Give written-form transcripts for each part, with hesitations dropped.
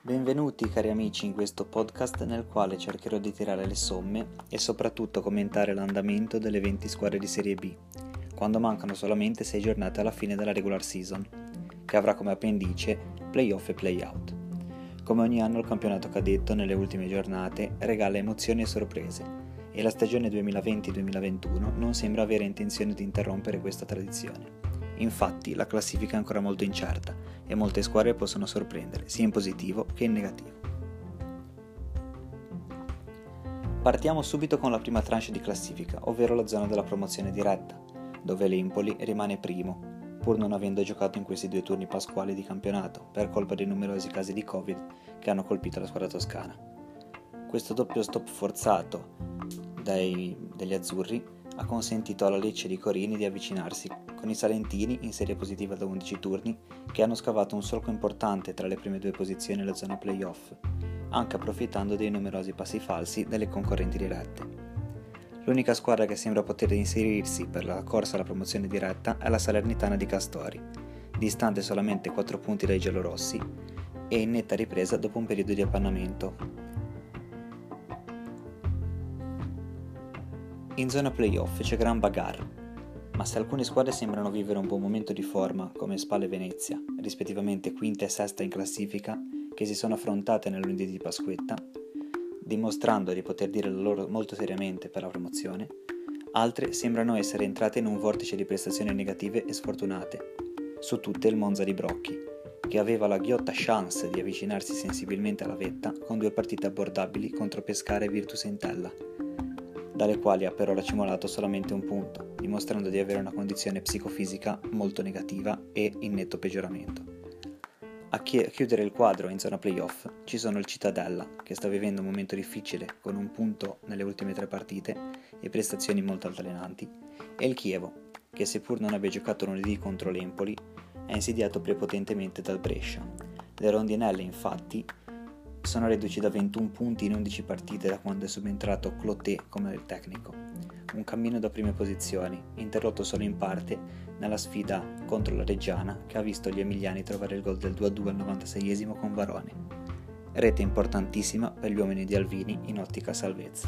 Benvenuti cari amici in questo podcast nel quale cercherò di tirare le somme e soprattutto commentare l'andamento delle 20 squadre di Serie B, quando mancano solamente 6 giornate alla fine della regular season, che avrà come appendice playoff e playout. Come ogni anno il campionato cadetto nelle ultime giornate regala emozioni e sorprese e la stagione 2020-2021 non sembra avere intenzione di interrompere questa tradizione. Infatti la classifica è ancora molto incerta e molte squadre possono sorprendere sia in positivo che in negativo. Partiamo subito con la prima tranche di classifica, ovvero la zona della promozione diretta, dove l'Empoli rimane primo, pur non avendo giocato in questi 2 turni pasquali di campionato per colpa dei numerosi casi di Covid che hanno colpito la squadra toscana. Questo doppio stop forzato degli azzurri ha consentito alla Lecce di Corini di avvicinarsi con i salentini in serie positiva da 11 turni che hanno scavato un solco importante tra le prime 2 posizioni nella zona playoff, anche approfittando dei numerosi passi falsi delle concorrenti dirette. L'unica squadra che sembra poter inserirsi per la corsa alla promozione diretta è la Salernitana di Castori, distante solamente 4 punti dai giallorossi e in netta ripresa dopo un periodo di appannamento. In zona playoff c'è gran bagarre, ma se alcune squadre sembrano vivere un buon momento di forma, come Spal e Venezia, rispettivamente quinta e sesta in classifica, che si sono affrontate nel lunedì di Pasquetta, dimostrando di poter dire la loro molto seriamente per la promozione, altre sembrano essere entrate in un vortice di prestazioni negative e sfortunate, su tutte il Monza di Brocchi, che aveva la ghiotta chance di avvicinarsi sensibilmente alla vetta con 2 partite abbordabili contro Pescara e Virtus Entella, dalle quali ha però racimolato solamente un punto, dimostrando di avere una condizione psicofisica molto negativa e in netto peggioramento. A chiudere il quadro in zona playoff ci sono il Cittadella, che sta vivendo un momento difficile con un punto nelle ultime 3 partite e prestazioni molto altalenanti, e il Chievo, che seppur non abbia giocato lunedì contro l'Empoli, è insidiato prepotentemente dal Brescia. Le rondinelle infatti sono reduci da 21 punti in 11 partite da quando è subentrato Clotet come tecnico, un cammino da prime posizioni, interrotto solo in parte nella sfida contro la Reggiana che ha visto gli emiliani trovare il gol del 2-2 al 96esimo con Varone, rete importantissima per gli uomini di Alvini in ottica salvezza.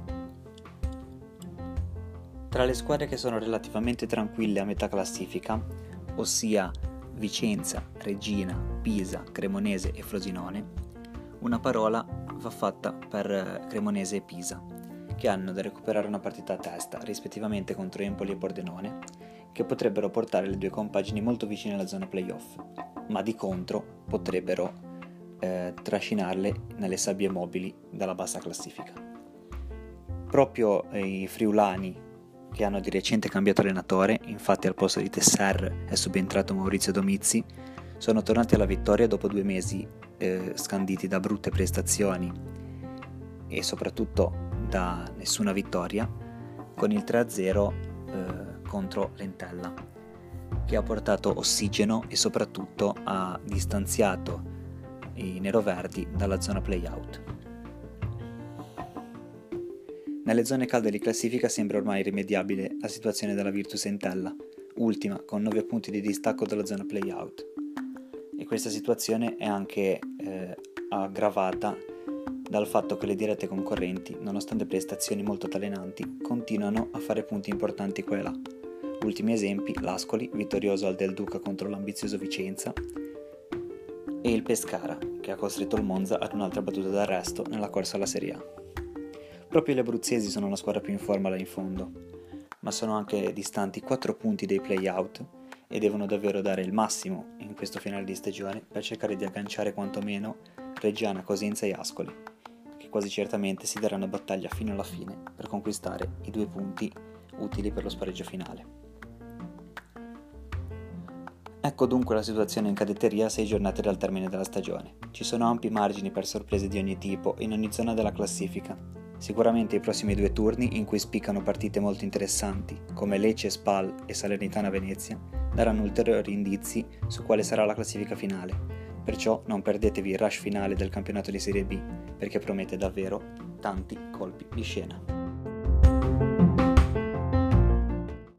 Tra le squadre che sono relativamente tranquille a metà classifica, ossia Vicenza, Reggina, Pisa, Cremonese e Frosinone, una parola va fatta per Cremonese e Pisa, che hanno da recuperare una partita a testa, rispettivamente contro Empoli e Pordenone, che potrebbero portare le 2 compagini molto vicine alla zona playoff, ma di contro potrebbero trascinarle nelle sabbie mobili dalla bassa classifica. Proprio i friulani, che hanno di recente cambiato allenatore, infatti al posto di Tesser è subentrato Maurizio Domizzi, sono tornati alla vittoria dopo 2 mesi scanditi da brutte prestazioni e soprattutto da nessuna vittoria, con il 3-0 contro l'Entella, che ha portato ossigeno e soprattutto ha distanziato i neroverdi dalla zona playout. Nelle zone calde di classifica sembra ormai irrimediabile la situazione della Virtus Entella, ultima con 9 punti di distacco dalla zona playout. E questa situazione è anche aggravata dal fatto che le dirette concorrenti, nonostante prestazioni molto altalenanti, continuano a fare punti importanti qua e là. Ultimi esempi: l'Ascoli, vittorioso al Del Duca contro l'ambizioso Vicenza, e il Pescara, che ha costretto il Monza ad un'altra battuta d'arresto nella corsa alla Serie A. Proprio gli abruzzesi sono la squadra più in forma là in fondo, ma sono anche distanti 4 punti dei play-out e devono davvero dare il massimo in questo finale di stagione per cercare di agganciare quantomeno Reggiana, Cosenza e Ascoli, che quasi certamente si daranno battaglia fino alla fine per conquistare i 2 punti utili per lo spareggio finale. Ecco dunque la situazione in cadetteria a 6 giornate dal termine della stagione. Ci sono ampi margini per sorprese di ogni tipo in ogni zona della classifica. Sicuramente i prossimi 2 turni, in cui spiccano partite molto interessanti, come Lecce, Spal e Salernitana Venezia, daranno ulteriori indizi su quale sarà la classifica finale. Perciò non perdetevi il rush finale del campionato di Serie B, perché promette davvero tanti colpi di scena.